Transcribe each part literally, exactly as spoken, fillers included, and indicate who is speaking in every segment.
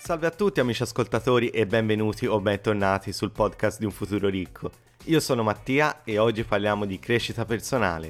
Speaker 1: Salve a tutti amici ascoltatori e benvenuti o bentornati sul podcast di Un Futuro Ricco. Io sono Mattia e oggi parliamo di crescita personale.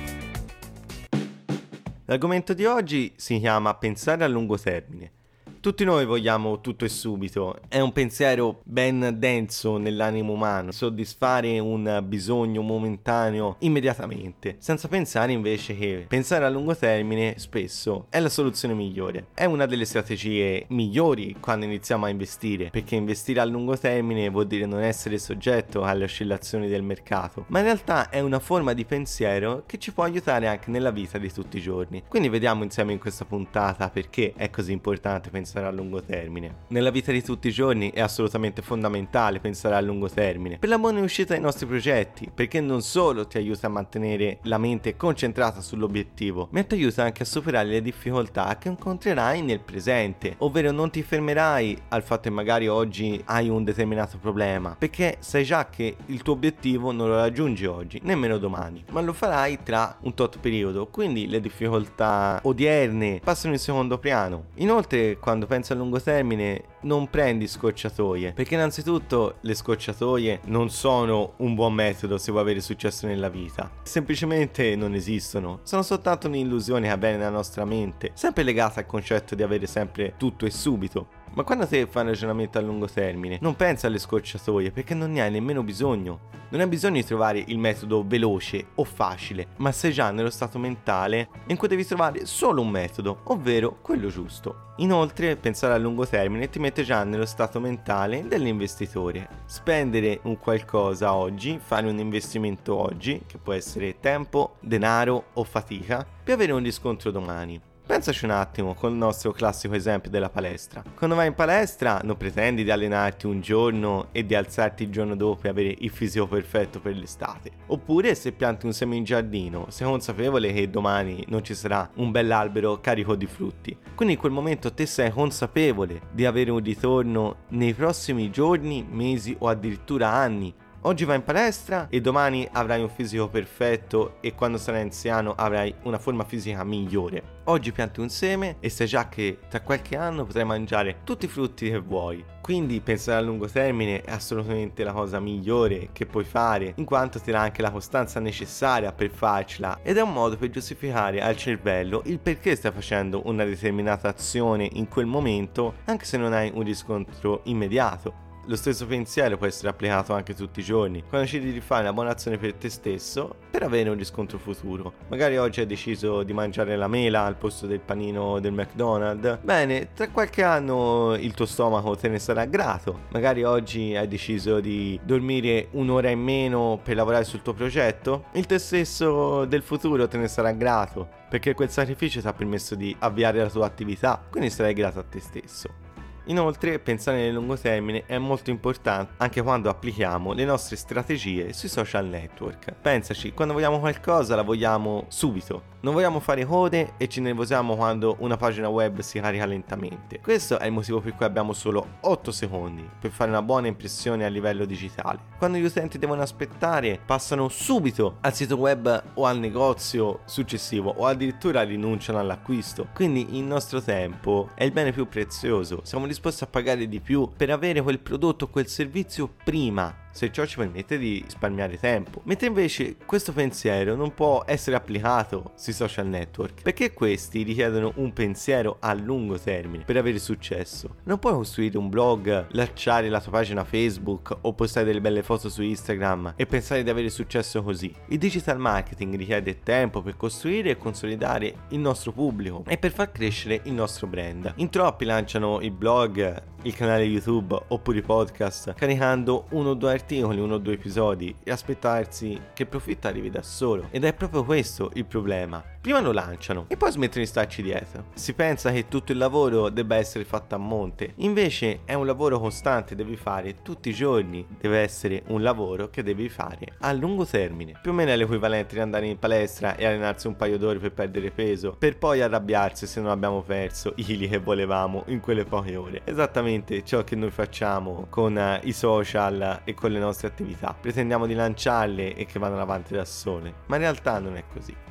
Speaker 1: L'argomento di oggi si chiama pensare a lungo termine. Tutti noi vogliamo tutto e subito, è un pensiero ben denso nell'animo umano, soddisfare un bisogno momentaneo immediatamente, senza pensare invece che pensare a lungo termine spesso è la soluzione migliore. È una delle strategie migliori quando iniziamo a investire, perché investire a lungo termine vuol dire non essere soggetto alle oscillazioni del mercato, ma in realtà è una forma di pensiero che ci può aiutare anche nella vita di tutti i giorni. Quindi vediamo insieme in questa puntata perché è così importante pensare a lungo termine. Nella vita di tutti i giorni è assolutamente fondamentale pensare a lungo termine per la buona uscita dei nostri progetti, perché non solo ti aiuta a mantenere la mente concentrata sull'obiettivo, ma ti aiuta anche a superare le difficoltà che incontrerai nel presente, ovvero non ti fermerai al fatto che magari oggi hai un determinato problema, perché sai già che il tuo obiettivo non lo raggiungi oggi, nemmeno domani, ma lo farai tra un tot periodo, quindi le difficoltà odierne passano in secondo piano. Inoltre, quando pensi a lungo termine non prendi scocciatoie, perché innanzitutto le scocciatoie non sono un buon metodo se vuoi avere successo nella vita, semplicemente non esistono, sono soltanto un'illusione che avviene nella nostra mente, sempre legata al concetto di avere sempre tutto e subito. Ma quando te fai un ragionamento a lungo termine non pensa alle scocciatoie, perché non ne hai nemmeno bisogno. Non hai bisogno di trovare il metodo veloce o facile, ma sei già nello stato mentale in cui devi trovare solo un metodo, ovvero quello giusto. Inoltre, pensare a lungo termine ti mette già nello stato mentale dell'investitore. Spendere un qualcosa oggi, fare un investimento oggi, che può essere tempo, denaro o fatica, per avere un riscontro domani. Pensaci un attimo con il nostro classico esempio della palestra. Quando vai in palestra non pretendi di allenarti un giorno e di alzarti il giorno dopo e avere il fisico perfetto per l'estate. Oppure se pianti un seme in giardino, sei consapevole che domani non ci sarà un bell'albero carico di frutti. Quindi in quel momento te sei consapevole di avere un ritorno nei prossimi giorni, mesi o addirittura anni. Oggi vai in palestra e domani avrai un fisico perfetto e quando sarai anziano avrai una forma fisica migliore. Oggi pianti un seme e sai già che tra qualche anno potrai mangiare tutti i frutti che vuoi. Quindi pensare a lungo termine è assolutamente la cosa migliore che puoi fare, in quanto ti dà anche la costanza necessaria per farcela ed è un modo per giustificare al cervello il perché stai facendo una determinata azione in quel momento, anche se non hai un riscontro immediato. Lo stesso pensiero può essere applicato anche tutti i giorni, quando decidi di fare una buona azione per te stesso per avere un riscontro futuro. Magari oggi hai deciso di mangiare la mela al posto del panino del McDonald's. Bene, tra qualche anno il tuo stomaco te ne sarà grato. Magari oggi hai deciso di dormire un'ora in meno per lavorare sul tuo progetto. Il te stesso del futuro te ne sarà grato, perché quel sacrificio ti ha permesso di avviare la tua attività, quindi sarai grato a te stesso. Inoltre, pensare nel lungo termine è molto importante anche quando applichiamo le nostre strategie sui social network. Pensaci, quando vogliamo qualcosa la vogliamo subito. Non vogliamo fare code e ci nervosiamo quando una pagina web si carica lentamente. Questo è il motivo per cui abbiamo solo otto secondi per fare una buona impressione a livello digitale. Quando gli utenti devono aspettare, passano subito al sito web o al negozio successivo o addirittura rinunciano all'acquisto. Quindi il nostro tempo è il bene più prezioso. Siamo disposti a pagare di più per avere quel prodotto o quel servizio prima, se ciò ci permette di risparmiare tempo. Mentre invece questo pensiero non può essere applicato sui social network, perché questi richiedono un pensiero a lungo termine per avere successo. Non puoi costruire un blog, lanciare la tua pagina Facebook o postare delle belle foto su Instagram e pensare di avere successo così. Il digital marketing richiede tempo per costruire e consolidare il nostro pubblico e per far crescere il nostro brand. In troppi lanciano il blog, il canale YouTube oppure i podcast caricando uno o due articoli, uno o due episodi e aspettarsi che il profitto arrivi da solo. Ed è proprio questo il problema. Prima lo lanciano e poi smettono di starci dietro. Si pensa che tutto il lavoro debba essere fatto a monte, invece è un lavoro costante, devi fare tutti i giorni, deve essere un lavoro che devi fare a lungo termine. Più o meno è l'equivalente di andare in palestra e allenarsi un paio d'ore per perdere peso, per poi arrabbiarsi se non abbiamo perso i chili che volevamo in quelle poche ore. Esattamente ciò che noi facciamo con uh, i social e con le nostre attività. Pretendiamo di lanciarle e che vadano avanti da sole, ma in realtà non è così.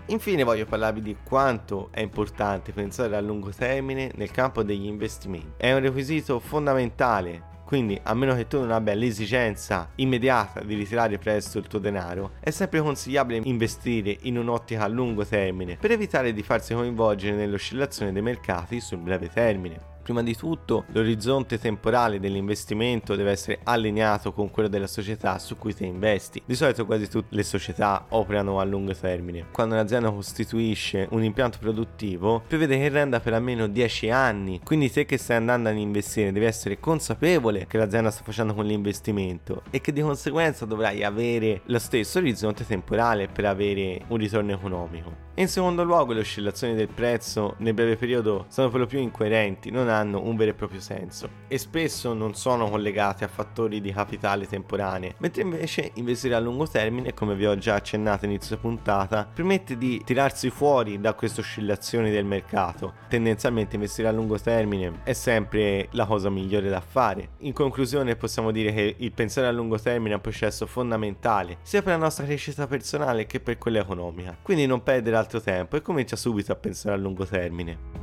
Speaker 1: Infine voglio parlarvi di quanto è importante pensare a lungo termine nel campo degli investimenti. È un requisito fondamentale. Quindi, a meno che tu non abbia l'esigenza immediata di ritirare presto il tuo denaro, è sempre consigliabile investire in un'ottica a lungo termine per evitare di farsi coinvolgere nell'oscillazione dei mercati sul breve termine. Prima di tutto, l'orizzonte temporale dell'investimento deve essere allineato con quello della società su cui ti investi. Di solito quasi tutte le società operano a lungo termine. Quando un'azienda costituisce un impianto produttivo, prevede che renda per almeno dieci anni. Quindi te che stai andando ad investire devi essere consapevole che l'azienda sta facendo con l'investimento e che di conseguenza dovrai avere lo stesso orizzonte temporale per avere un ritorno economico. E in secondo luogo, le oscillazioni del prezzo nel breve periodo sono per lo più incoerenti, non hanno un vero e proprio senso e spesso non sono collegate a fattori di capitale temporanee, mentre invece investire a lungo termine, come vi ho già accennato inizio puntata, permette di tirarsi fuori da queste oscillazioni del mercato. Tendenzialmente investire a lungo termine è sempre la cosa migliore da fare. In conclusione possiamo dire che il pensare a lungo termine è un processo fondamentale sia per la nostra crescita personale che per quella economica, quindi non perdere altro tempo e comincia subito a pensare a lungo termine.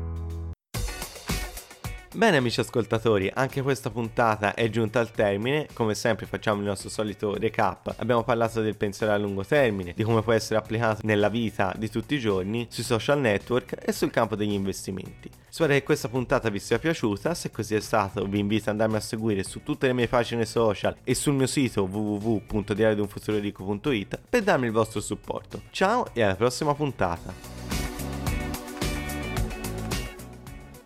Speaker 1: Bene amici ascoltatori, anche questa puntata è giunta al termine. Come sempre facciamo il nostro solito recap. Abbiamo parlato del pensiero a lungo termine, di come può essere applicato nella vita di tutti i giorni, sui social network e sul campo degli investimenti. Spero che questa puntata vi sia piaciuta. Se così è stato, vi invito ad andarmi a seguire su tutte le mie pagine social e sul mio sito w w w punto diario di un futuro ricco punto it per darmi il vostro supporto. Ciao e alla prossima puntata.